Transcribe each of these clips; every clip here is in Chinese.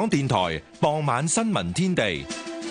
港電台傍晚新聞天地。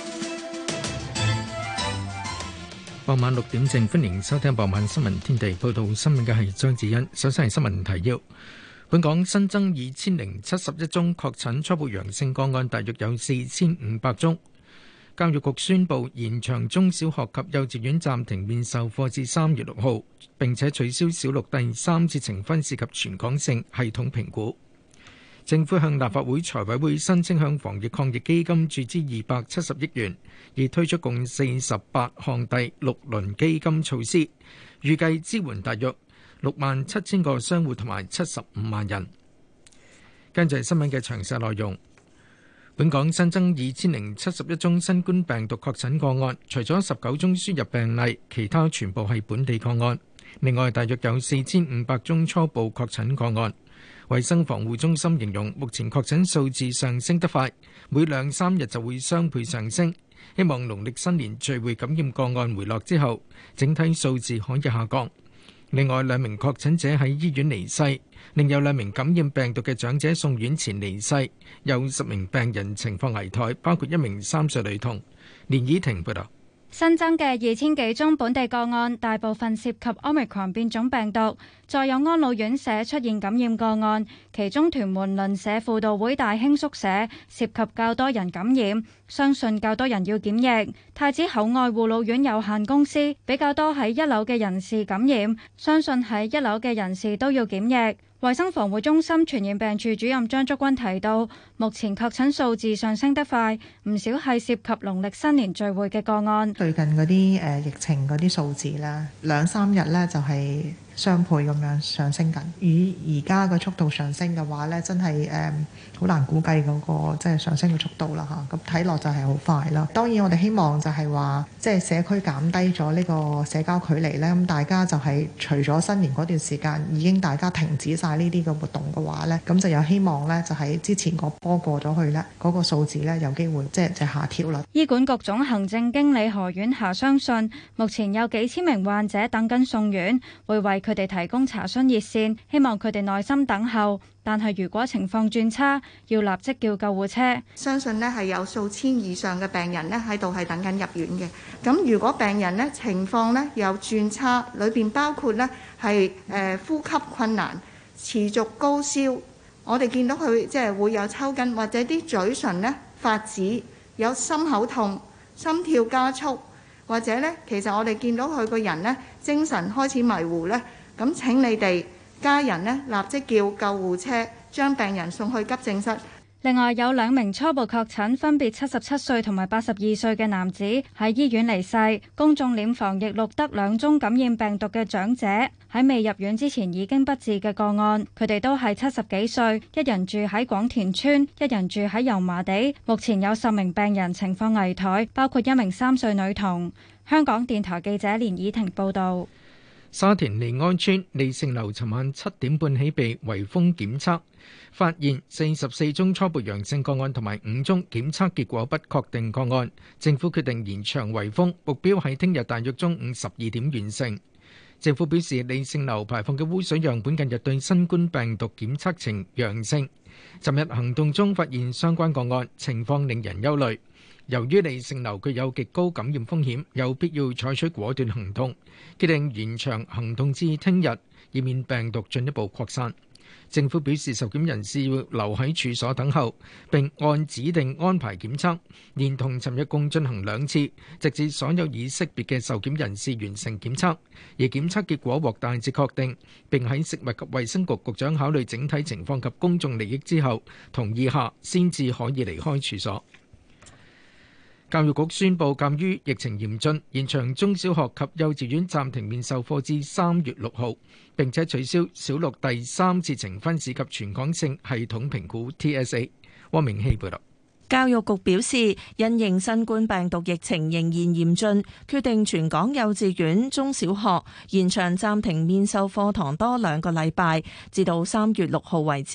傍晚6點正，歡迎收聽傍晚新聞天地。報道新聞嘅係張子欣。首先係新聞提要。本港新增2071宗確診，初步陽性個案大約有4500宗。教育局宣布延長中小學及幼稚園暫停面授課至3月6號，並且取消小六第3次呈分試及全港性系統評估。政府向立法會財委會申請向防疫抗疫基金注資270億元，而推出共48項第6輪基金措施，預計支援大約67000個商戶同埋75萬人。跟住係新聞嘅詳細內容。本港新增2071宗新冠病毒確診個案，除咗19宗輸入病例，其他全部係本地個案。另外，大約有4500宗初步確診個案。衛生防護中心形容目前確診數字上升得快，每2-3日就會雙倍上升。希望農曆新年聚會感染個案回落之後，整體數字可以下降。另外2名確診者喺醫院離世，另有2名感染病毒嘅長者送院前離世，有10名病人情況危殆，包括1名3歲女童。連倚婷報道。 新增嘅2000幾宗本地個案，大部分涉及 Omicron 變種病毒。再有安老院舍出現感染個案，其中屯門鄰舍輔導會大興宿舍涉及較多人感染，相信較多人要檢疫。太子口愛護老院有限公司比較多喺1樓嘅人士感染，相信喺1樓嘅人士都要檢疫。衛生防護中心傳染病處主任張竹君提到，目前確診數字上升得快，唔少係涉及農曆新年聚會嘅個案。 最近嗰啲疫情嗰啲數字咧，2-3日咧就係雙倍咁樣上升緊。以而家嘅速度上升嘅話咧，真係好難估計嗰個即係上升嘅速度啦嚇。咁睇落就係好快啦。當然我哋希望就係話，即係社區減低咗呢個社交距離咧，咁大家就係除咗新年嗰段時間已經大家停止晒呢啲嘅活動嘅話咧，咁就有希望咧就喺之前個波過咗去咧，嗰個數字咧有機會即係下調啦。 醫管局總行政經理何婉霞相信，目前有幾千名患者等緊送院，會為佢哋提供查詢熱線，希望佢哋耐心等候。但係如果情況轉差，要立即叫救護車。 相信呢係有數千以上嘅病人呢喺度係等緊入院嘅。咁如果病人呢情況呢有轉差，裏邊包括呢係呼吸困難、持續高燒，我哋見到佢即係會有抽筋，或者啲嘴唇呢發紫，有心口痛、心跳加速，或者呢其實我哋見到佢個人呢精神開始迷糊呢。咁請你哋家人呢立即叫救護車，將病人送去急症室。 另外有2名初步確診，分別77歲同埋82歲嘅男子喺醫院離世。公眾殮房亦錄得2宗感染病毒嘅長者喺未入院之前已經不治嘅個案，佢哋都係70幾歲，一人住喺廣田村，一人住喺油麻地。目前有10名病人情況危殆，包括1名3歲女童。香港電台記者連倚婷報導。 沙田利安邨利盛樓尋晚7點半起被圍封檢測，發現44宗初步陽性個案同埋5宗檢測結果不確定個案。政府決定延長圍封，目標喺聽日大約中午12點完成。政府表示，利盛樓排放嘅污水樣本近日對新冠病毒檢測呈陽性，尋日行動中發現相關個案，情況令人憂慮。由於利盛樓具有極高感染風險，有必要採取果斷行動，決定延長行動至聽日，以免病毒進一步擴散。政府表示，受檢人士要留喺處所等候，並按指定安排檢測，連同尋日共進行2次，直至所有已識別嘅受檢人士完成檢測，而檢測結果獲大致確定，並喺食物及衛生局局長考慮整體情況及公眾利益之後同意下，先至可以離開處所。教育局宣布，鑑於疫情嚴峻，延長中小學及幼稚園暫停面授課至3月6號，並且取消小六第3次呈分試及全港性系統評估 TSA。汪明希報道。 教育局表示，因應新冠病毒疫情仍然嚴峻，決定全港幼稚園、中小學延長暫停面授課堂多2個禮拜，至到3月6號為止。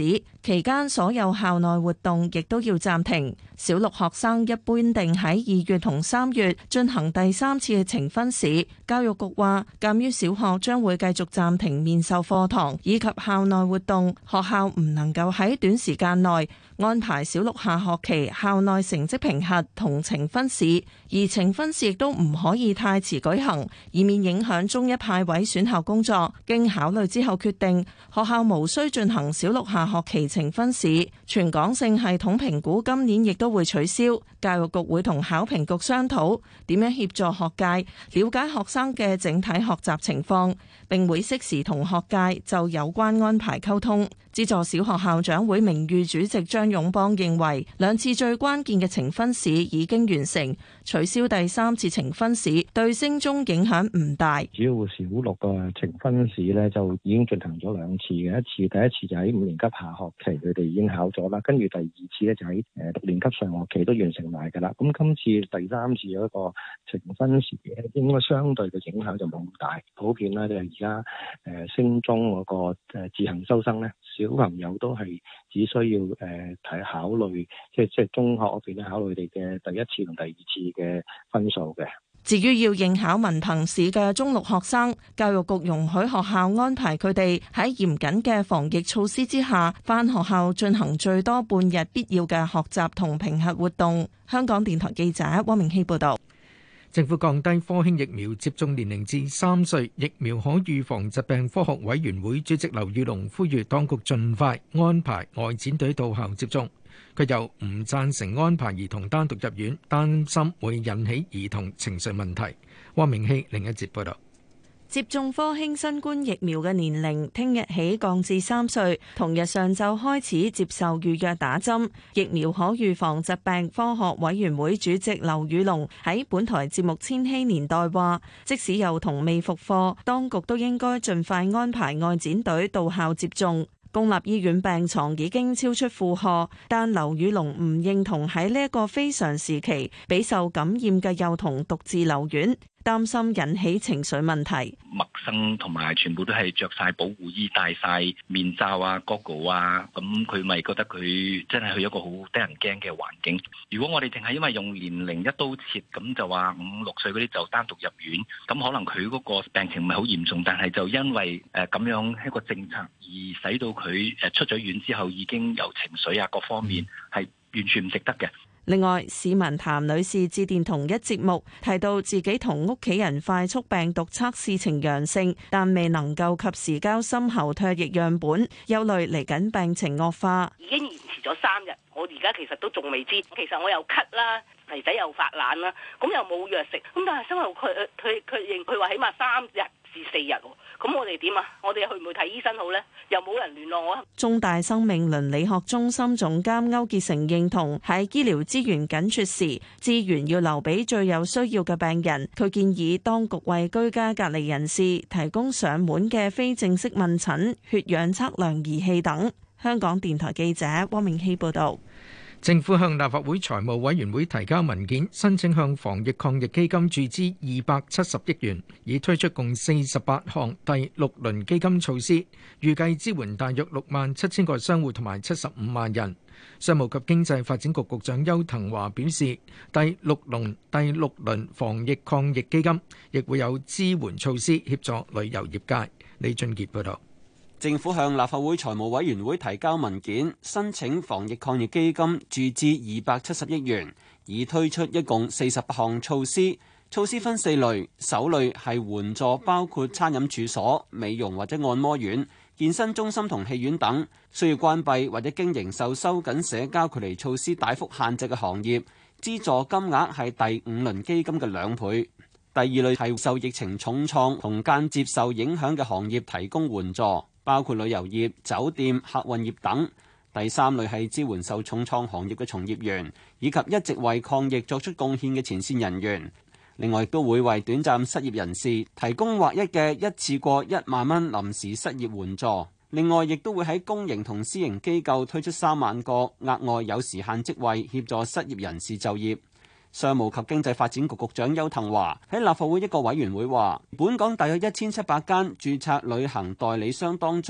期間所有校內活動亦都要暫停。小六學生一般定喺2月同3月進行第3次嘅呈分試。教育局話，鑑於小學將會繼續暫停面授課堂以及校內活動，學校唔能夠喺短時間內安排小六下學期校內成績評核同呈分試，而呈分試亦都唔可以太遲舉行，以免影響中一派位選校工作。經考慮之後決定，學校無需進行小六下學期呈分試，全港性系統評估今年亦都會取消。教育局會同考評局商討點樣協助學界了解學生嘅整體學習情況，並會適時同學界就有關安排溝通。資助小學校長會名譽主席張勇邦認為，2次最關鍵嘅呈分試已經完成，取消第3次呈分試對升中影響唔大。 主要小六嘅呈分試咧就已經進行咗2次嘅，第一次就喺5年級下學期佢哋已經考咗啦，跟住第2次咧就喺6年級上學期都完成埋㗎啦。咁今次第3次有一個呈分試咧，應該相對嘅影響就冇咁大。普遍咧就係而家升中嗰個自行收生咧，小朋友都係只需要考慮，即係中學嗰邊咧考慮佢哋嘅第1次同第2次嘅分數嘅。 至於要應考文憑試嘅中六學生，教育局容許學校安排佢哋喺嚴謹嘅防疫措施之下，返學校進行最多半日必要嘅學習同評核活動。香港電台記者汪明熙報導。 政府降低科興疫苗接種年齡至3歲，疫苗可預防疾病科學委員會主席劉宇龍呼籲當局盡快安排外展隊到校接種。佢又唔贊成安排兒童單獨入院，擔心會引起兒童情緒問題。汪明熙另一節報道。 接種科興新冠疫苗嘅年齡聽日起降至3歲，同日上晝開始接受預約打針。疫苗可預防疾病科學委員會主席劉宇龍喺本台節目《千禧年代》話，即使有同未復課，當局都應該盡快安排外展隊到校接種。公立醫院病床已經超出負荷，但劉宇龍唔認同喺呢一個非常時期俾受感染嘅幼童獨自留院，擔心引起情緒問題。 陌生同埋全部都係着晒保護衣、戴晒面罩啊、goggle 啊，咁佢咪覺得佢真係去一個好得人驚嘅環境。如果我哋淨係因為用年齡一刀切，咁就話5、6歲嗰啲就單獨入院，咁可能佢嗰個病情唔係好嚴重，但係就因為咁樣一個政策而使到佢出咗院之後已經有情緒啊各方面係完全唔值得嘅。 另外，市民譚女士致電同一節目，提到自己同屋企人快速病毒測試呈陽性，但未能夠及時交深喉唾液樣本，憂慮嚟緊病情惡化。 已經延遲咗3日，我而家其實都仲未知。其實我又咳啦，肥仔又發冷啦，咁又冇藥食，咁但係生後佢認佢話起碼3日至4日喎。咁我哋點啊？我哋去唔去睇醫生好呢？又冇人聯絡我。 中大生命倫理學中心總監歐傑成認同喺醫療資源緊缺時，資源要留俾最有需要嘅病人。佢建議當局為居家隔離人士提供上門嘅非正式問診、血氧測量儀器等。香港電台記者汪明熙報導。 政府向立法會財務委員會提交文件，申請向防疫抗疫基金注資270億元，以推出共48項第6輪基金措施，預計支援大約67000個商戶同埋75萬人。商務及經濟發展局局長邱騰華表示，第六輪防疫抗疫基金亦會有支援措施協助旅遊業界。李俊傑報導。 政府向立法會財務委員會提交文件，申請防疫抗疫基金注資270億元，以推出一共48項措施。措施分4類，首類係援助包括餐飲處所、美容或者按摩院、健身中心同戲院等需要關閉或者經營受收緊社交距離措施大幅限制嘅行業，資助金額係第5輪基金嘅2倍。第二類係受疫情重創同間接受影響嘅行業提供援助，包括旅遊業、酒店、客運業等。第三類係支援受重創行業嘅從業員，以及一直為抗疫作出貢獻嘅前線人員。另外，亦都會為短暫失業人士提供劃一嘅一次過1萬蚊臨時失業援助。另外，亦都會喺公營同私營機構推出3萬個額外有時限職位，協助失業人士就業。商務及經濟發展局局長邱騰華喺立法會一個委員會話，本港大約1700間註冊旅行代理商當中，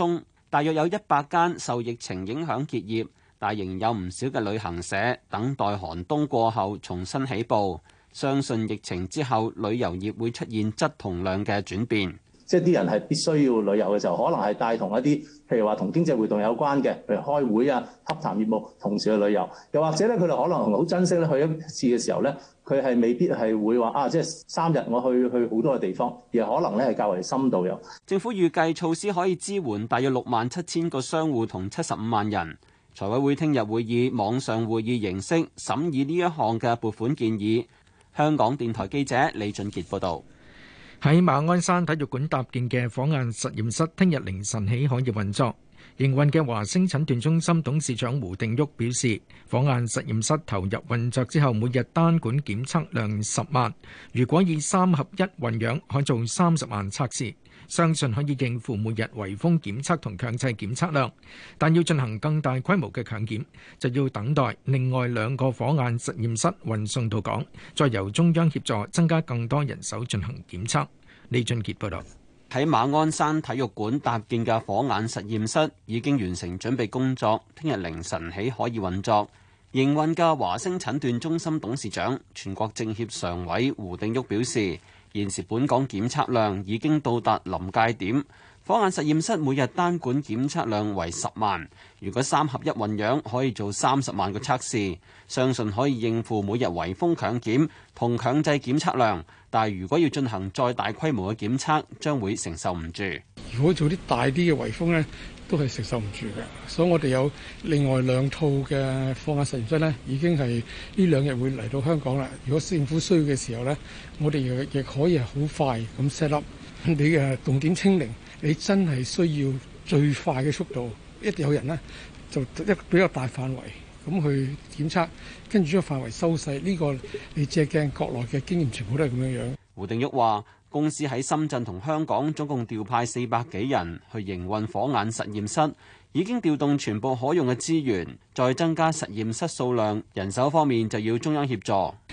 大約有100間受疫情影響結業，但仍有唔少嘅旅行社等待寒冬過後重新起步。相信疫情之後，旅遊業會出現質同量嘅轉變。 即係啲人係必須要旅遊嘅時候，可能係帶同一啲，譬如話同經濟活動有關嘅，譬如開會啊、洽談業務，同時去旅遊。又或者咧，佢哋可能好珍惜咧去一次嘅時候咧，佢係未必係會話啊，即係3日我去好多嘅地方，而可能咧係較為深度遊。 政府預計措施可以支援大約67000個商戶同75萬人。財委會聽日會以網上會議形式審議呢一項嘅撥款建議。香港電台記者李俊傑報導。 喺馬鞍山體育館搭建嘅火眼實驗室，聽日凌晨起可以運作。營運嘅華星診斷中心董事長胡定旭表示，火眼實驗室投入運作之後，每日單管檢測量10萬，如果以3合1混樣，可做30萬測試，相信可以應付每日圍封檢測同強制檢測量。但要進行更大規模嘅強檢，就要等待另外2個火眼實驗室運送到港，再由中央協助增加更多人手進行檢測。李俊傑報導。 喺馬鞍山體育館搭建嘅火眼實驗室已經完成準備工作，聽日凌晨起可以運作。營運嘅華星診斷中心董事長、全國政協常委胡定旭表示，現時本港檢測量已經到達臨界點，火眼實驗室每日單管檢測量為10萬，如果3合1混樣，可以做30萬個測試，相信可以應付每日圍封強檢同強制檢測量。但係如果要進行再大規模嘅檢測，將會承受唔住。 如果做啲大啲嘅圍封呢，都係承受唔住嘅。所以我哋有另外2套嘅火眼實驗室呢，已經係呢2日會嚟到香港啦。如果政府需要嘅時候呢，我哋亦可以係好快咁 set up。你嘅動點清零，你真係需要最快嘅速度，一定有人呢，就一比較大範圍咁去檢測，跟住將範圍收細。呢個你借鏡國內嘅經驗，全部都係咁樣樣。 胡定旭話：公司喺深圳同香港總共調派400幾人去營運火眼實驗室，已經調動全部可用嘅資源，再增加實驗室數量，人手方面就要中央協助。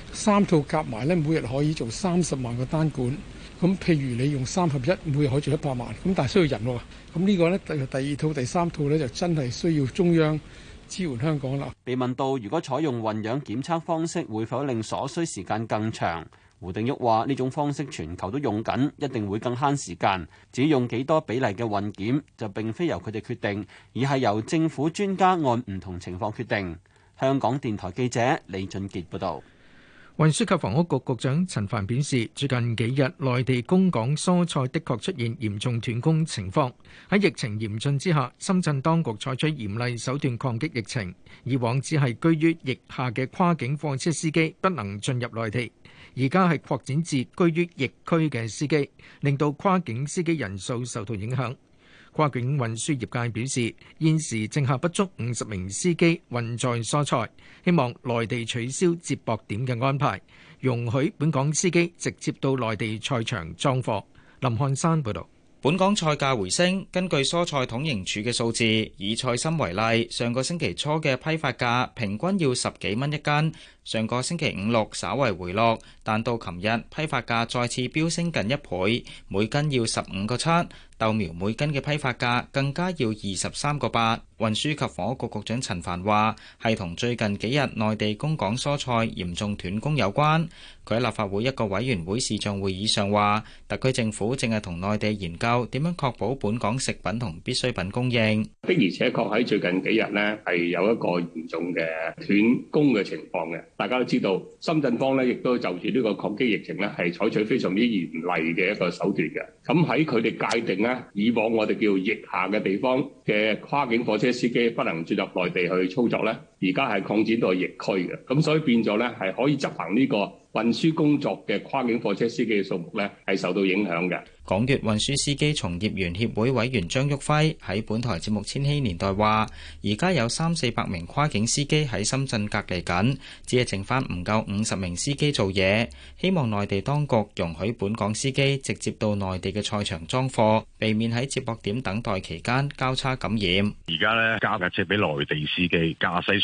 3套夾埋咧，每日可以做30萬個單管。咁譬如你用3合1，每日可以做100萬。咁但係需要人喎。咁呢個呢，第2套、第3套呢，就真係需要中央支援香港啦。 被問到如果採用混樣檢測方式，會否令所需時間更長？胡定旭話：呢種方式全球都用緊，一定會更慳時間。至於用幾多比例嘅混檢，就並非由佢哋決定，而係由政府專家按唔同情況決定。香港電台記者李俊傑報導。 運輸及房屋局局長陳帆表示，最近幾日內地供港蔬菜的確出現嚴重斷供情況。喺疫情嚴峻之下，深圳當局採取嚴厲手段抗擊疫情。以往只係居於疫下嘅跨境貨車司機不能進入內地，而家係擴展至居於疫區嘅司機，令到跨境司機人數受到影響。跨境運輸業界表示，現時剩下不足50名司機運載蔬菜，希望內地取消接駁點嘅安排，容許本港司機直接到內地菜場裝貨。林漢山報導。 本港菜價回升，根據蔬菜統營處嘅數字，以菜心為例，上個星期初嘅批發價平均要10幾蚊一斤，上個星期5、6稍為回落，但到琴日批發價再次飆升近1倍，每斤要15個7。豆苗每斤嘅批發價更加要23個8。運輸及房屋局局長陳帆話，係同最近幾日內地供港蔬菜嚴重斷供有關。佢喺立法會一個委員會視像會議上話，特區政府正係同內地研究點樣確保本港食品同必需品供應。 的而且確喺最近幾日呢，係有一個嚴重嘅斷供嘅情況嘅。大家都知道，深圳方呢亦都就住呢個抗擊疫情呢，係採取非常之嚴厲嘅一個手段嘅。咁喺佢哋界定呢，以往我哋叫疫下嘅地方嘅跨境貨車司機不能進入內地去操作呢，而家係擴展到疫區嘅。咁所以變咗呢，係可以執行呢個運輸工作嘅跨境貨車司機嘅數目呢，係受到影響嘅。 港粵運輸司機從業員協會委員張旭輝喺本台節目《千禧年代》話，而家有300-400名跨境司機喺深圳隔離緊，只係剩翻唔夠50名司機做嘢。希望內地當局容許本港司機直接到內地嘅菜場裝貨，避免喺接駁點等待期間交叉感染。 而家呢，交架車俾內地司機駕駛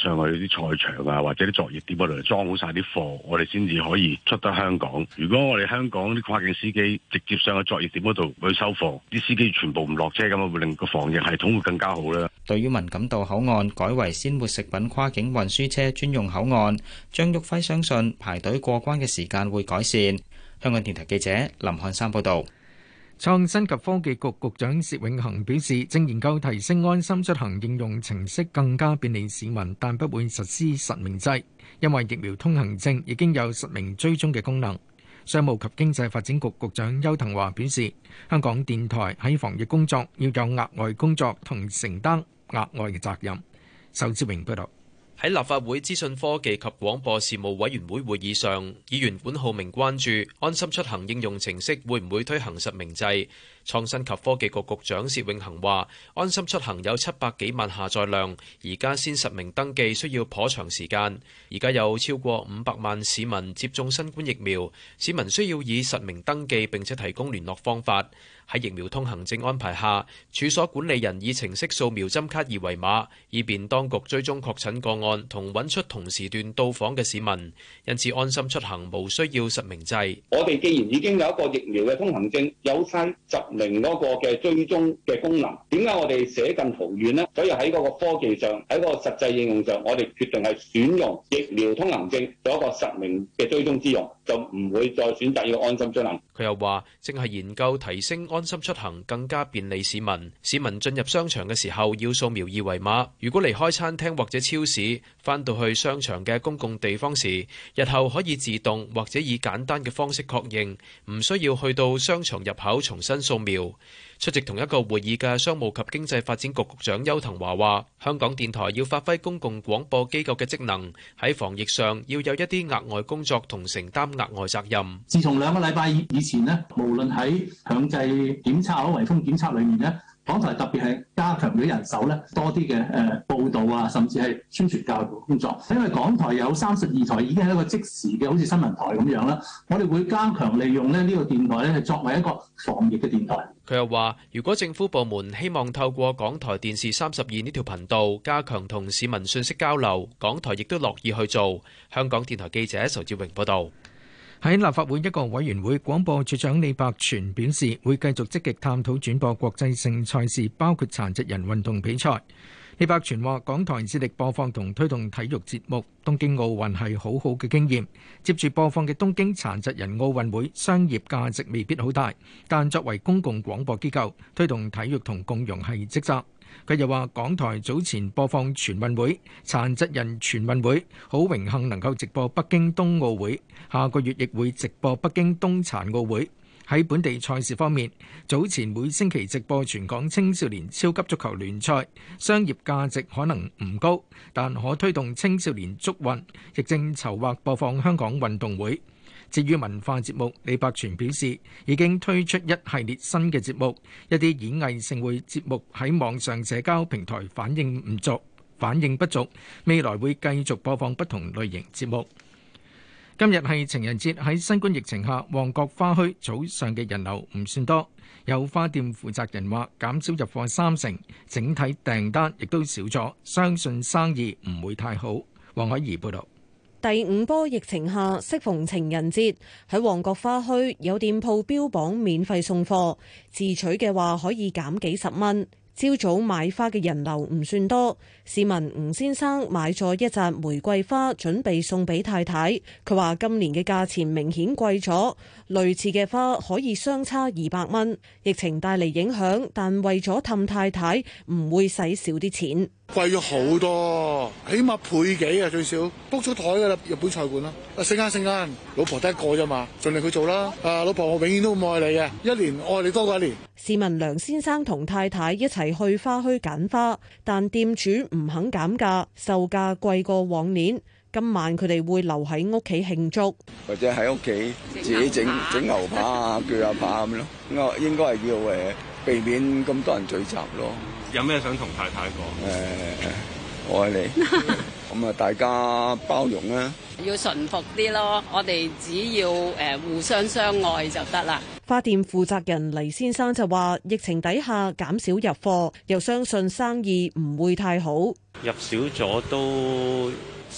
上去啲賽場啊，或者啲作業點嗰度裝好晒啲貨，我哋先至可以出得香港。如果我哋香港啲跨境司機直接上去作業點嗰度去收貨，啲司機全部唔落車，咁啊會令個防疫系統會更加好啦。 對於文錦渡口岸改為鮮活食品跨境運輸車專用口岸，張旭輝相信排隊過關嘅時間會改善。香港電台記者林漢山報導。 創新及科技局局長薛永恒表示，正研究提升安心出行應用程式更加便利市民，但不會實施實名制，因為疫苗通行證已經有實名追蹤嘅功能。商務及經濟發展局局長邱騰華表示，香港電台喺防疫工作要有額外工作同承擔額外嘅責任。仇志榮報導。 喺立法會資訊科技及廣播事務委員會會議上，議員管浩鳴關注安心出行應用程式會唔會推行實名制。創新及科技局局長薛永恒話：安心出行有700幾萬下載量，而家先實名登記需要頗長時間。而家有超過500萬市民接種新冠疫苗，市民需要以實名登記並且提供聯絡方法。喺疫苗通行證安排下，處所管理人以程式掃描針卡二維碼，以便當局追蹤確診個案同揾出同時段到訪嘅市民。因此安心出行無需要實名制。 我哋既然已經有一個疫苗嘅通行證，有晒實名嗰個嘅追蹤嘅功能，點解我哋捨近圖遠呢？所以喺嗰個科技上，喺個實際應用上，我哋決定係選用疫苗通行證做一個實名嘅追蹤之用，就唔會再選擇呢個安心出行。 佢又話，正係研究提升安心出行更加便利市民。市民進入商場嘅時候要掃描二維碼，如果離開餐廳或者超市，返到去商場嘅公共地方時，日後可以自動或者以簡單嘅方式確認，唔需要去到商場入口重新掃描。出席同一個會議嘅商務及經濟發展局局長邱騰華話：香港電台要發揮公共廣播機構嘅職能，喺防疫上要有一啲額外工作同承擔額外責任。 自從2個禮拜以前呢，無論喺強制檢測或者圍封檢測裏面呢，港台特別係加強咗人手咧，多啲嘅報導啊，甚至係宣傳教育工作。因為港台有32台已經係一個即時嘅，好似新聞台咁樣啦。我哋會加強利用呢個電台咧，係作為一個防疫嘅電台。 佢又話：如果政府部門希望透過港台電視32呢條頻道加強同市民信息交流，港台亦都樂意去做。香港電台記者仇志榮報導。 喺立法會一個委員會，廣播處長李百全表示，會繼續積極探討轉播國際性賽事，包括殘疾人運動比賽。李百全話：港台致力播放同推動體育節目，東京奧運係好好嘅經驗。接住播放嘅東京殘疾人奧運會，商業價值未必好大，但作為公共廣播機構，推動體育同共融係職責。佢又話：港台早前播放全運會、殘疾人全運會，好榮幸能夠直播北京冬奧會，下個月亦會直播北京冬殘奧會。喺本地賽事方面，早前每星期直播全港青少年超級足球聯賽，商業價值可能唔高，但可推動青少年足運，亦正籌劃播放香港運動會。至於文化節目，李百全表示已經推出一系列新嘅節目，一啲演藝盛會節目喺網上社交平台反應不足，未來會繼續播放不同類型節目。今日係情人節，喺新冠疫情下，旺角花墟早上嘅人流唔算多，有花店負責人話減少入貨30%，整體訂單亦都少咗，相信生意唔會太好。黃海怡報導。 第5波疫情下，適逢情人節，喺旺角花墟有店鋪標榜免費送貨，自取嘅話可以減幾十蚊。朝早買花嘅人流唔算多，市民吳先生買咗一紮玫瑰花，準備送俾太太。佢話今年嘅價錢明顯貴咗，類似嘅花可以相差200蚊。疫情帶嚟影響，但為咗氹太太，唔會使少啲錢。 貴咗好多，起碼倍幾啊，最少 book 咗台㗎啦，日本菜館啦。聖間，老婆得一個啫嘛，盡力佢做啦。老婆，我永遠都咁愛你嘅，一年愛你多過一年。 市民梁先生同太太一齊去花墟揀花，但店主唔肯減價，售價貴過往年。今晚佢哋會留喺屋企慶祝， 或者喺屋企自己整牛扒啊、鋸下扒咁咯。應該係要避免咁多人聚集咯。 有咩想同太太講？ 我愛你。咁啊，大家包容啦。 要順服啲咯，我哋只要互相相愛就得啦。 花店負責人黎先生就話：疫情底下減少入貨，又相信生意唔會太好。 入少咗都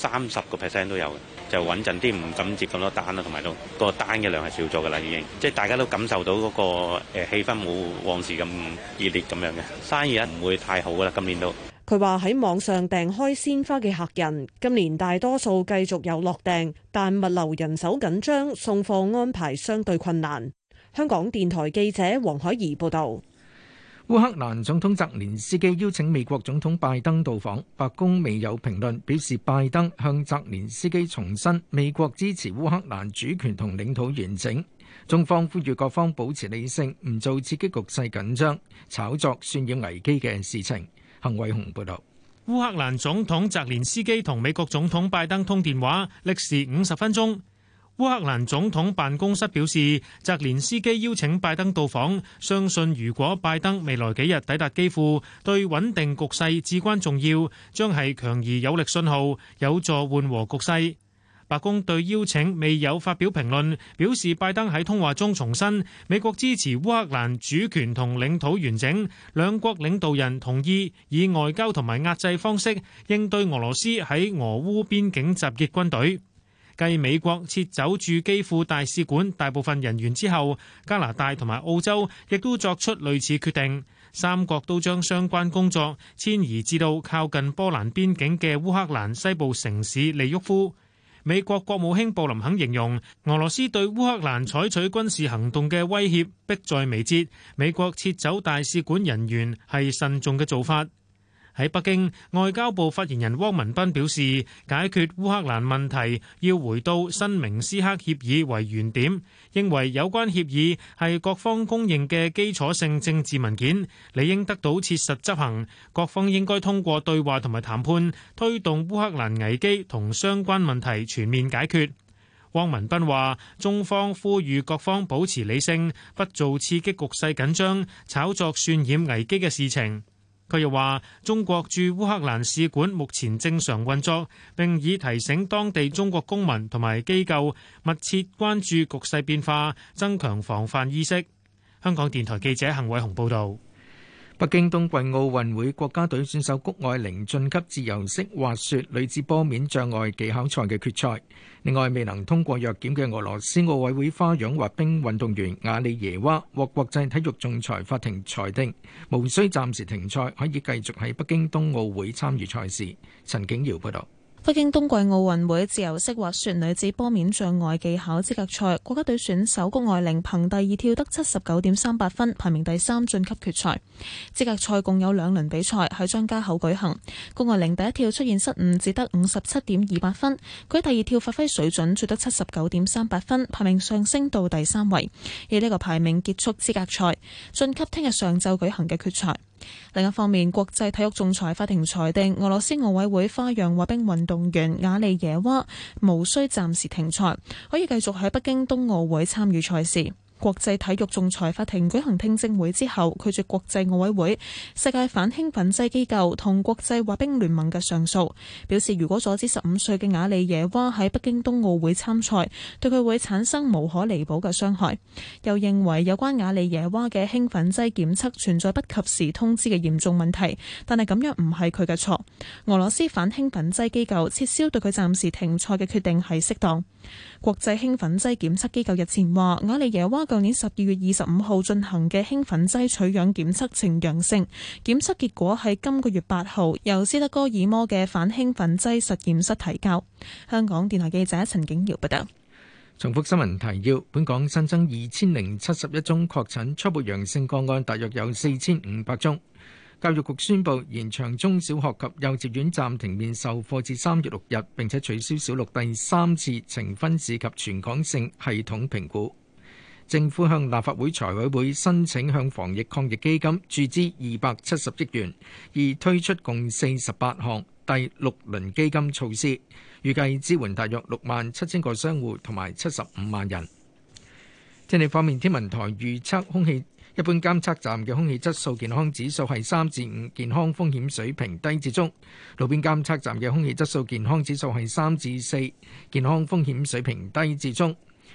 30% 都有嘅，就穩陣啲，唔敢接咁多單啦，同埋都個單嘅量係少咗㗎啦，已經即係大家都感受到嗰個氣氛冇往時咁熱烈咁樣嘅，生意唔會太好㗎啦，今年都。 佢話喺網上訂開鮮花嘅客人，今年大多數繼續有落訂，但物流人手緊張，送貨安排相對困難。香港電台記者黃海怡報導。 烏克蘭總統澤連斯基邀請美國總統拜登到訪，白宮未有評論，表示拜登向澤連斯基重申美國支持烏克蘭主權同領土完整。中方呼籲各方保持理性，唔做刺激局勢緊張、炒作渲染危機嘅事情。幸偉雄報導。 烏克蘭總統澤連斯基同美國總統拜登通電話，歷時50分鐘。烏克蘭總統辦公室表示，澤連斯基邀請拜登到訪，相信如果拜登未來幾日抵達基輔，對穩定局勢至關重要，將係強而有力信號，有助緩和局勢。白宮對邀請未有發表評論，表示拜登喺通話中重申美國支持烏克蘭主權同領土完整，兩國領導人同意以外交同埋壓制方式應對俄羅斯喺俄烏邊境集結軍隊。繼美國撤走駐基輔大使館大部分人員之後，加拿大同埋澳洲亦都作出類似決定，三國都將相關工作遷移至到靠近波蘭邊境嘅烏克蘭西部城市利沃夫。美國國務卿布林肯形容俄羅斯對烏克蘭採取軍事行動嘅威脅迫在眉睫，美國撤走大使館人員係慎重嘅做法。喺北京，外交部發言人汪文斌表示，解決烏克蘭問題要回到新明斯克協議為原點，認為有關協議係各方公認嘅基礎性政治文件，理應得到切實執行。各方應該通過對話同埋談判，推動烏克蘭危機同相關問題全面解決。汪文斌話，中方呼籲各方保持理性，不做刺激局勢緊張、炒作渲染危機嘅事情。佢又話：中國駐烏克蘭使館目前正常運作，並已提醒當地中國公民同埋機構密切關注局勢變化，增強防範意識。香港電台記者幸偉雄報導。 北京冬季奧運會國家隊選手谷愛凌晉級自由式滑雪女子坡面障礙技巧賽嘅決賽。另外，未能通過藥檢嘅俄羅斯奧委會花樣滑冰運動員瓦利耶娃獲國際體育仲裁法庭裁定，無需暫時停賽，可以繼續喺北京冬奧會參與賽事。陳景瑤報道。 北京冬季奧運會自由式滑雪女子坡面障礙技巧資格賽，國家隊選手谷愛凌憑第二跳得79.38分，排名第3晉級決賽。資格賽共有2輪比賽，喺張家口舉行。谷愛凌第一跳出現失誤，只得57.28分。佢喺第二跳發揮水準，取得79.38分，排名上升到第3位，以呢個排名結束資格賽，晉級聽日上晝舉行嘅決賽。另一方面，國際體育仲裁法庭裁定俄羅斯奧委會花樣滑冰運動員瓦利耶娃無需暫時停賽，可以繼續喺北京冬奧會參與賽事。國際體育仲裁法庭舉行聽證會之後，拒絕國際奧委會、世界反興奮劑機構同國際滑冰聯盟嘅上訴，表示如果阻止15歲嘅瓦利耶娃喺北京冬奧會參賽，對佢會產生無可彌補嘅傷害。又認為有關瓦利耶娃嘅興奮劑檢測存在不及時通知嘅嚴重問題，但係咁樣唔係佢嘅錯。俄羅斯反興奮劑機構撤銷對佢暫時停賽嘅決定係適當。國際興奮劑檢測機構日前話，瓦利耶娃舊年12月25號進行嘅興奮劑取樣檢測呈陽性，檢測結果喺今個月8號由斯德哥爾摩嘅反興奮劑實驗室提交。香港電台記者陳景瑤報道。 重複新聞提要：本港新增2071宗確診，初步陽性個案大約有4500宗。教育局宣布延長中小學及幼稚園暫停面授課至3月6日，並且取消小六第3次呈分試及全港性系統評估。政府向立法會財委會申請向防疫抗疫基金注資270億元，而推出共48項第6輪基金措施，預計支援大約67000個商戶同埋75萬人。天氣方面，天文台預測空氣一般監測站嘅空氣質素健康指數係3至5，健康風險水平低至中；路邊監測站嘅空氣質素健康指數係3至4，健康風險水平低至中。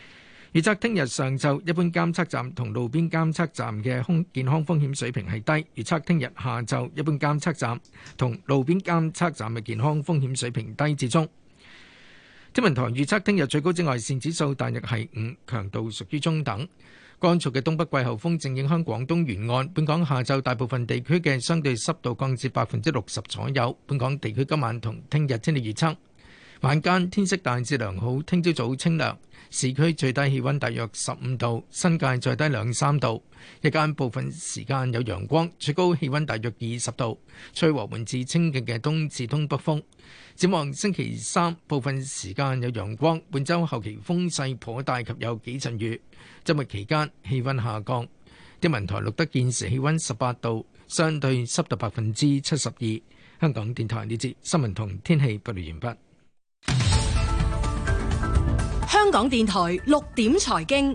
預測聽日上晝一般監測站同路邊監測站嘅健康風險水平係低。預測聽日下晝一般監測站同路邊監測站嘅健康風險水平低至中。天文台預測聽日最高紫外線指數大約係5，強度屬於中等。乾燥嘅東北季候風正影響廣東沿岸，本港下晝大部分地區嘅相對濕度降至60%左右。本港地區今晚同聽日天氣預測：晚間天色大致良好，聽朝早清涼，市區最低氣溫大約15度，新界再低2-3度。日間部分時間有陽光，最高氣溫大約20度，吹和緩至清勁嘅東至東北風。展望星期三，部分時間有陽光，本週後期風勢頗大及有幾陣雨。週末期間氣溫下降。天文台錄得現時氣溫18度，相對濕度72%。香港電台呢節新聞同天氣報道完畢。 香港電台6點財經，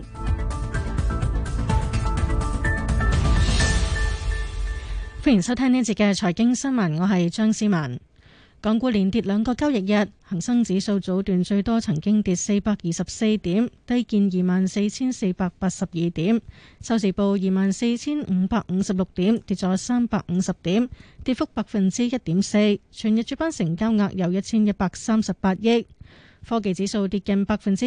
歡迎收聽呢節嘅財經新聞，我係張思文。港股連跌2個交易日，恒生指數早段最多曾經跌424點，低見24,482點，收市報24,556點，跌咗350點，跌幅1.4%。全日主板成交額有1138億。科技指數跌近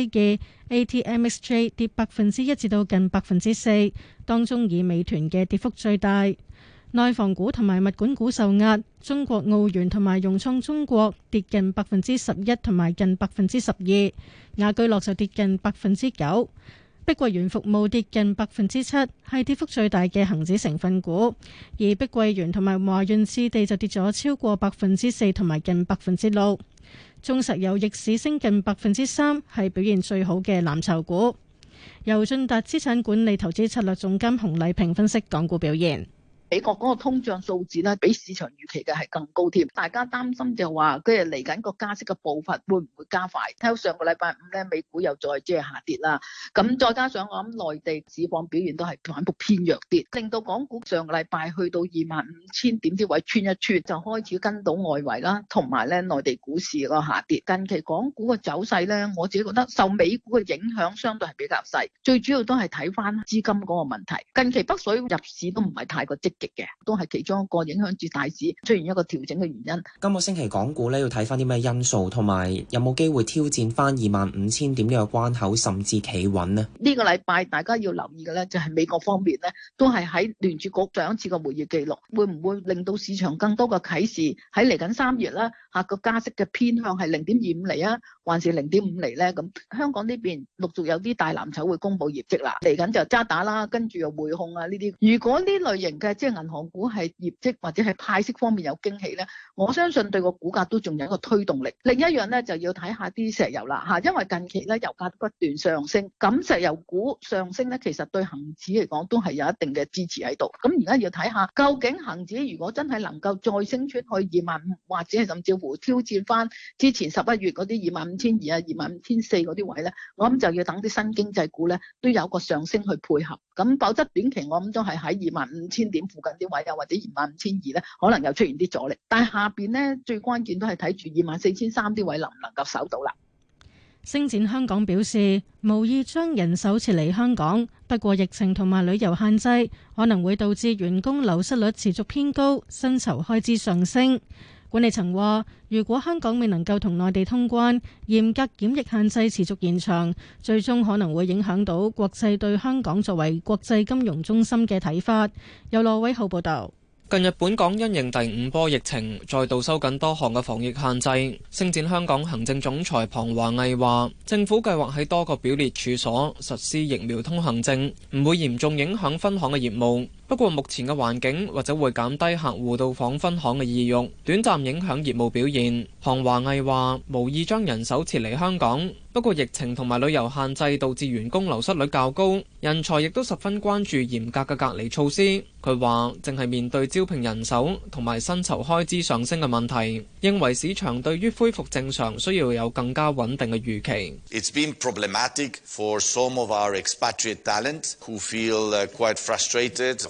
2%，ATMXJ 跌1%至到近4%，當中以美團嘅跌幅最大。內房股同埋物管股受壓，中國奧園同埋融創中國跌近11%同埋近12%，雅居樂就跌近9%，碧桂園服務跌近7%，係跌幅最大嘅恒指成分股，而碧桂園同埋華潤置地就跌咗超過4%同埋近6%。中石油逆市升近3%，係表現最好嘅藍籌股。由晉達資產管理投資策略總監洪麗萍分析港股表現。 美國嗰個通脹數字咧，比市場預期嘅係更高添。大家擔心就話，跟住嚟緊個加息嘅步伐會唔會加快？睇到上個禮拜五咧，美股又再下跌啦。咁再加上我諗內地市況表現都係反覆偏弱啲，令到港股上個禮拜去到25,000點啲位穿一穿，就開始跟到外圍啦，同埋咧內地股市個下跌。近期港股嘅走勢咧，我自己覺得受美股嘅影響相對係比較細，最主要都係睇翻資金嗰個問題。近期北水入市都唔係太過積極嘅，都係其中一個影響住大市出現一個調整嘅原因。 今個星期港股咧要睇翻啲咩因素，同埋有冇機會挑戰翻25,000點呢個關口，甚至企穩呢？呢個禮拜大家要留意嘅咧，就係美國方面咧，都係喺聯儲局上一次嘅會議記錄，會唔會令到市場更多嘅啟示喺嚟緊3月咧個加息嘅偏向係0.25厘啊，還是0.5厘咧？咁香港呢邊陸續有啲大藍籌會公布業績啦，嚟緊就渣打啦，跟住又匯控啊呢啲。如果呢類型嘅即係銀行股係業績或者係派息方面有驚喜咧，我相信對個股價都仲有一個推動力。另一樣咧就要睇下啲石油啦嚇，因為近期咧油價不斷上升，咁石油股上升咧，其實對恒指嚟講都係有一定嘅支持喺度。咁而家要睇下究竟恒指如果真係能夠再升出去25,000，或者係甚至乎挑戰翻之前11月嗰啲25,200啊、25,400嗰啲位咧，我諗就要等啲新經濟股咧都有個上升去配合。咁否則短期我諗都係喺25,000點附近啲位啊，或者25,200咧，可能又出現啲阻力。但係下邊咧最關鍵都係睇住24,300啲位能唔能夠守到啦。 星展香港表示，無意將人手撤離香港，不過疫情同埋旅遊限制可能會導致員工流失率持續偏高，薪酬開支上升。管理層話，如果香港未能夠同內地通關，嚴格檢疫限制持續延長，最終可能會影響到國際對香港作為國際金融中心嘅睇法。由羅偉浩報導。 近日本港因應第5波疫情，再度收緊多項嘅防疫限制。星展香港行政總裁龐華毅話，政府計劃喺多個表列處所實施疫苗通行證，唔會嚴重影響分行嘅業務。不過目前嘅環境或者會減低客戶到訪分行嘅意欲，短暫影響業務表現。龐華毅話，無意將人手撤離香港，不過疫情同埋旅遊限制導致員工流失率較高，人才亦都十分關注嚴格嘅隔離措施。佢話正係面對招聘人手同埋薪酬開支上升嘅問題，認為市場對於恢復正常需要有更加穩定嘅預期。 It's been problematic for some of our expatriate talent who feel quite frustrated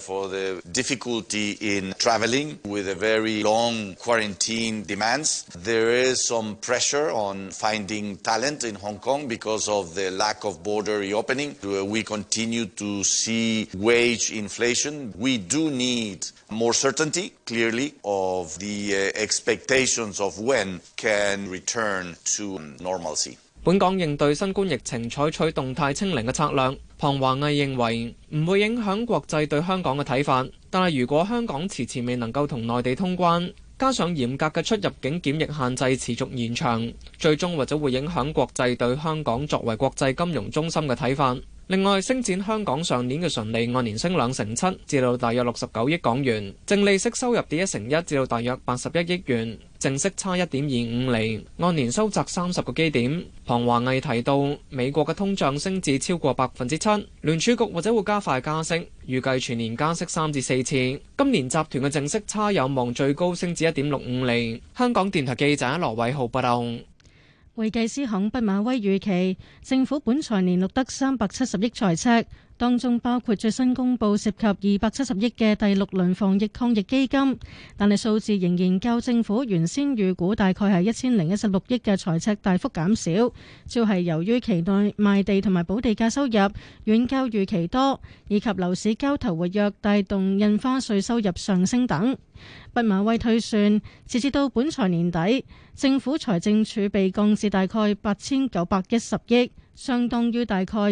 for the difficulty in traveling with a very long quarantine demands. There is some pressure on finding talent in Hong Kong because of the lack of border reopening. We continue to see wage inflation. We do need more certainty, clearly, of the expectations of when can return to normalcy. 本港應對新冠疫情採取動態清零嘅策略，龐華毅認為唔會影響國際對香港嘅睇法，但係如果香港遲遲未能夠同內地通關，加上嚴格嘅出入境檢疫限制持續延長，最終或者會影響國際對香港作為國際金融中心嘅睇法。另外，星展香港上年嘅純利按年升2成7，至到大約69億港元，淨利息收入跌1成1，至到大約81億元，淨息差1.25厘，按年收窄30個基點。龐華毅提到，美國嘅通脹升至超過7%，聯儲局或者會加快加息，預計全年加息3至4次。今年集團嘅淨息差有望最高升至1.65厘。香港電台記者羅偉浩報道。 會計師行畢馬威預期政府本財年錄得370億財赤，當中包括最新公布涉及270億嘅第6輪防疫抗疫基金，但係數字仍然較政府原先預估大概係1016億嘅財赤大幅減少，主要係由於期內賣地同埋補地價收入遠較預期多，以及樓市交投活躍帶動印花稅收入上升等。畢馬威推算，截至到本財年底，政府財政儲備降至大概8910億，相當於大概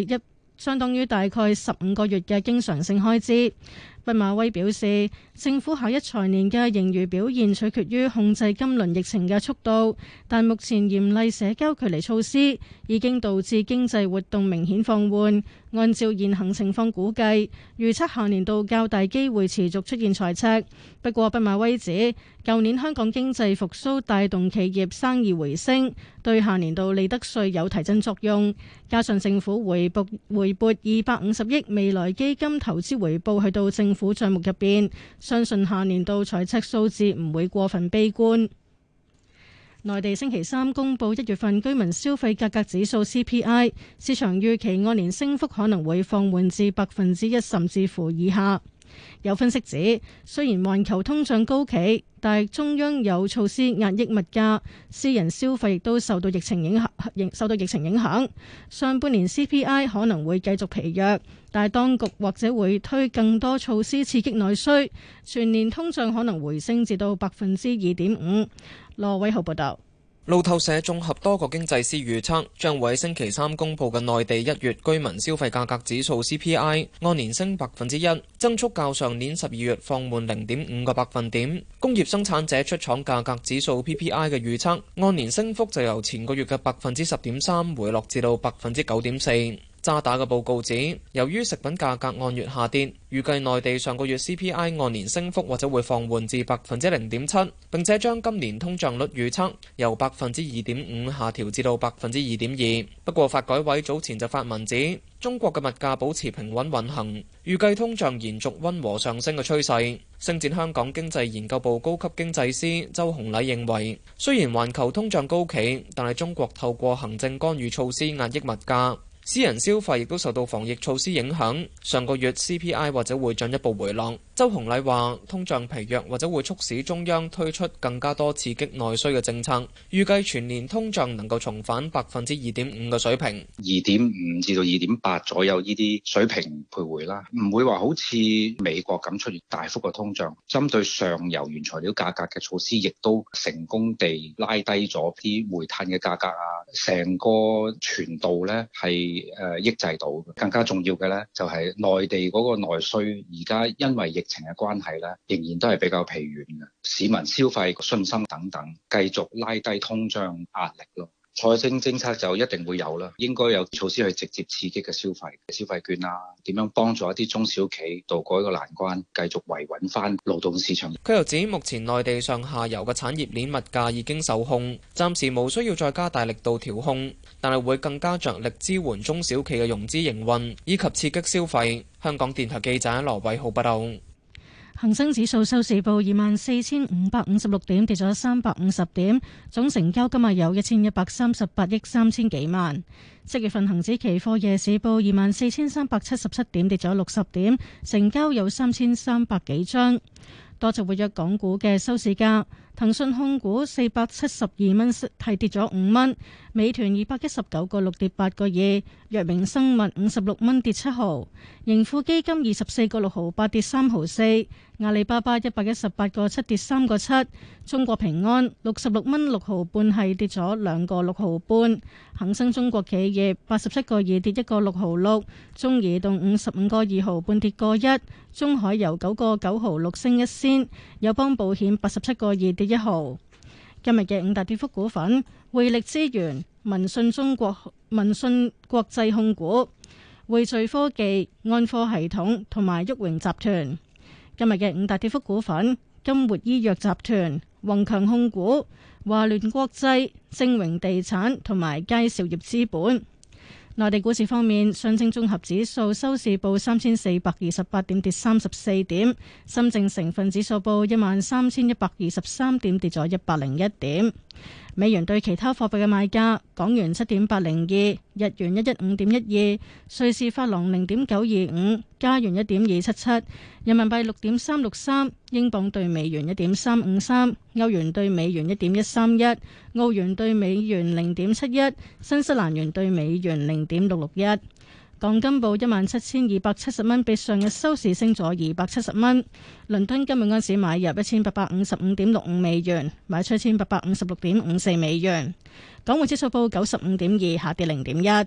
15個月嘅經常性開支。畢馬威表示，政府下一財年嘅盈餘表現取決於控制今輪疫情嘅速度，但目前嚴厲社交距離措施已經導致經濟活動明顯放緩。按照現行情況估計，預測下年度較大機會持續出現財赤。不過，畢馬威指，舊年香港經濟復甦帶動企業生意回升，對下年度利得稅有提振作用。加上政府回撥250億未來基金投資回報去到政府帳目入邊，相信下年度財赤數字唔會過分悲觀。內地星期三公布1月份居民消費價格指數 CPI， 市場預期按年升幅可能會放緩至1%甚至乎以下。有分析指，雖然環球通脹高企，但中央有措施壓抑物價，私人消費亦都受到疫情影響。上半年 CPI 可能會繼續疲弱，但係當局或者會推更多措施刺激內需，全年通脹可能回升至到2.5%。羅偉豪報道。 路透社綜合多個經濟師預測，將會喺星期三公佈嘅內地1月居民消費價格指數 CPI 按年升1%，增速較上年12月放緩0.5個百分點。工業生產者出廠價格指數 PPI 嘅預測，按年升幅就由前個月嘅10.3%回落至到9.4%。渣打嘅報告指，由於食品價格按月下跌，預計內地上個月 CPI 按年升幅或者會放緩至0.7%，並且將今年通脹率預測由2.5%下調至到2.2%。不過發改委早前就發文指，中國嘅物價保持平穩運行，預計通脹延續溫和上升嘅趨勢。星展香港經濟研究部高級經濟師周洪禮認為，雖然環球通脹高企，但係中國透過行政干預措施壓抑物價。私人消費亦都受到防疫措施影響，上個月 CPI 或者會進一步回落。周洪禮話，通脹疲弱或者會促使中央推出更加多刺激內需嘅政策，預計全年通脹能夠重返2.5%嘅水平 ，2.5至到2.8左右呢啲水平徘徊啦，唔會話好似美國咁出現大幅嘅通脹。針對上游原材料價格嘅措施，亦都成功地拉低咗啲煤炭嘅價格啊，成個傳導咧係抑制到。更加重要嘅咧就係內地嗰個內需，而家因為疫情嘅關係咧，仍然都係比較疲軟嘅，市民消費信心等等，繼續拉低通脹壓力咯。財政政策就一定會有啦，應該有措施去直接刺激嘅消費券啊，點樣幫助一啲中小企渡過一個難關，繼續維穩翻勞動市場。 佢又指，目前內地上下游嘅產業鏈物價已經受控，暫時無需要再加大力度調控，但係會更加着力支援中小企嘅融資營運以及刺激消費。香港電台記者羅偉浩報道。 恒生指數收市報24,556點，跌咗350點，總成交今日有1138億3千幾萬。即月份恒指期貨夜市報24,377點，跌咗60點，成交有3300幾張。多隻活躍港股嘅收市價，騰訊控股472蚊，係跌咗5蚊；美團219個6跌8個2；藥明生物56蚊跌7毫；盈富基金24個6毫8跌3毫4；阿里巴巴118個7跌3個7；中國平安66蚊6毫半係跌咗2個6毫半；恒生中國企業87個2跌1個6毫6；中移動55個2毫半跌個1；中海油9個9毫6升1仙；友邦保險87個2跌1毫。今日嘅5大跌幅股份：匯力資源、民信國際控股、匯聚科技、安科系統同埋旭榮集團。今日嘅5大跌幅股份：金活醫藥集團、宏強控股、華聯國際、正榮地產同埋佳兆業資本。內地股市方面，上證綜合指數收市報3428點，跌34點；深證成分指數報13123點，跌咗101點。美元對其他貨幣嘅賣價：港元7.802，日元115.12，瑞士法郎0.925，加元1.277，人民幣6.363，英鎊對美元1.353，歐元對美元1.131，澳元對美元0.71，新西蘭元對美元0.661。港金報17,270蚊，比上日收市升咗270蚊。倫敦今日安市買入1855.65美元，賣出1856.54美元。港匯指數報95.2，下跌0.1。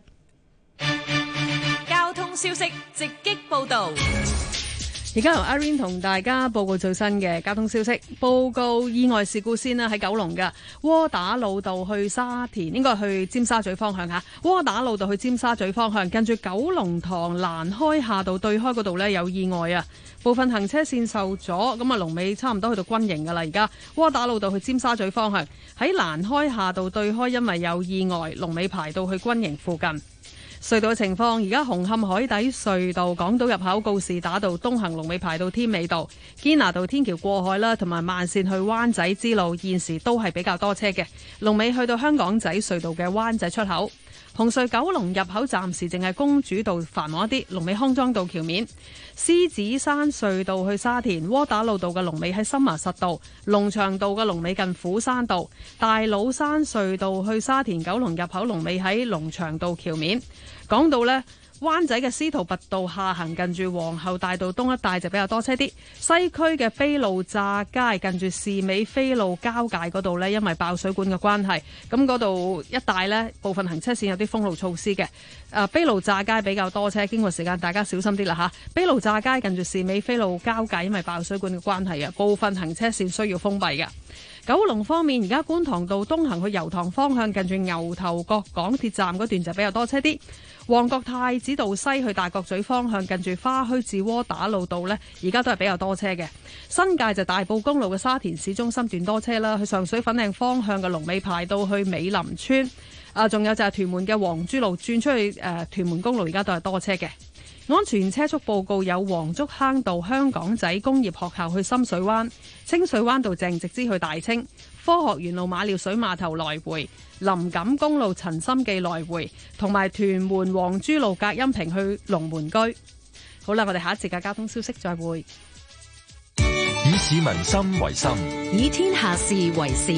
交通消息直擊報道。 而家由阿 Rain 同大家報告最新嘅交通消息。報告意外事故先啦，喺九龍嘅窩打老道去沙田，應該去尖沙咀方向嚇。窩打老道去尖沙咀方向，近住九龍塘蘭開夏道對開嗰度呢有意外啊，部分行車線受阻，咁啊龍尾差唔多去到軍營噶啦。而家窩打老道去尖沙咀方向，喺蘭開夏道對開，因為有意外，龍尾排到去軍營附近。隧道嘅情況，而家紅磡海底隧道港島入口告士打道東行龍尾排到天美道，堅拿道天橋過海啦，同埋慢線去灣仔支路現時都係比較多車嘅，龍尾去到香港仔隧道嘅灣仔出口。紅隧九龍入口暫時淨係公主道繁忙一啲，龍尾康莊道橋面。獅子山隧道去沙田窩打老道嘅龍尾喺深麻實道，龍翔道嘅龍尾近虎山道。大老山隧道去沙田九龍入口龍尾喺龍翔道橋面。講到呢，灣仔嘅司徒拔道下行近住皇后大道東一帶就比較多車啲，西區嘅卑路乍街近住士美菲路交界嗰度呢，因為爆水管嘅關係，咁嗰度一帶呢，部分行車線有啲封路措施嘅。卑路乍街比較多車，經過時間大家小心啲啦嚇。卑路乍街近住士美菲路交界，因為爆水管嘅關係啊，部分行車線需要封閉嘅。九龍方面，而家觀塘道東行去油塘方向，近住牛頭角港鐵站嗰段就比較多車啲。旺角太子道西去大角咀方向，近住花墟至窩打老道呢，而家都係比較多車嘅。新界就大埔公路嘅沙田市中心段多車啦，去上水粉嶺方向嘅龍尾排到去美林村。仲有就係屯門嘅黃珠路轉出去屯門公路，而家都係多車嘅。安全車速報告有黃竹坑道香港仔工業學校去深水灣、清水灣道正直支去大清、科學園路馬料水碼頭來回、林錦公路陳心記來回，同埋屯門黃珠路隔音屏去龍門居。好啦，我哋下一節嘅交通消息再會。 以市民心為心， 以天下事為事。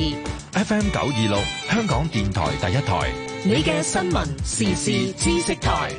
FM 926香港電台第一台， 你嘅新聞時事知識台。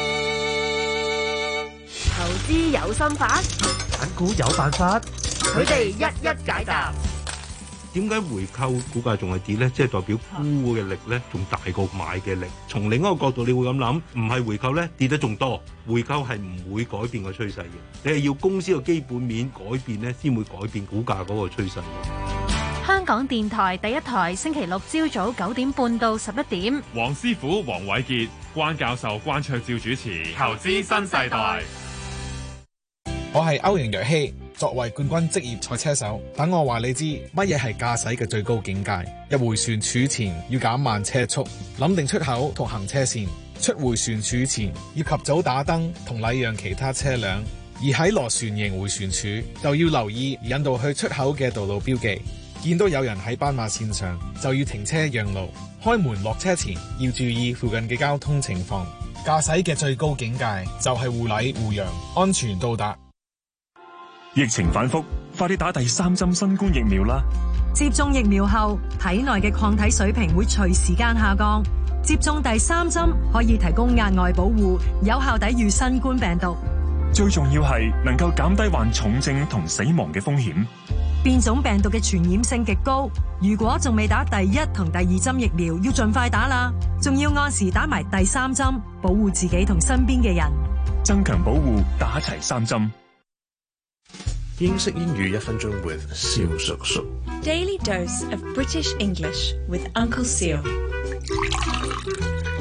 投資有心法， 揀股有辦法， 佢哋一一解答。 點解回購股價仲係跌呢？即係代表沽嘅力呢，仲大過買嘅力。從另一個角度，你會咁諗，唔係回購呢，跌得仲多。回購係唔會改變個趨勢嘅，你係要公司嘅基本面改變呢，先會改變股價嗰個趨勢。 香港電台第一台，星期六朝早9點半到11點。 黃師傅、黃偉傑、關教授、關卓照主持《投資新世代》。 我係歐陽若希，作為冠軍職業賽車手，等我話你知乜嘢係駕駛嘅最高境界。入回旋處前要減慢車速，諗定出口同行車線。出回旋處前要及早打燈同禮讓其他車輛。 而喺螺旋形迴旋處就要留意引導去出口嘅道路標記，見到有人喺斑馬線上就要停車讓路，開門落車前要注意附近嘅交通情況。駕駛嘅最高境界就係互禮互讓，安全到達。 疫情反覆，快啲打第3針新冠疫苗啦！ 接種疫苗後，體內嘅抗體水平會隨時間下降。接種第3針可以提供額外保護，有效抵禦新冠病毒。 最重要係能夠減低患重症同死亡嘅風險。 變種病毒嘅傳染性極高，如果仲未打第1同第2針疫苗，要盡快打啦。仲要按時打埋第3針，保護自己同身邊嘅人。 增強保護，打齊3針。 英式英語1分鐘 with 蕭叔叔。 Daily dose of British English with Uncle Seal。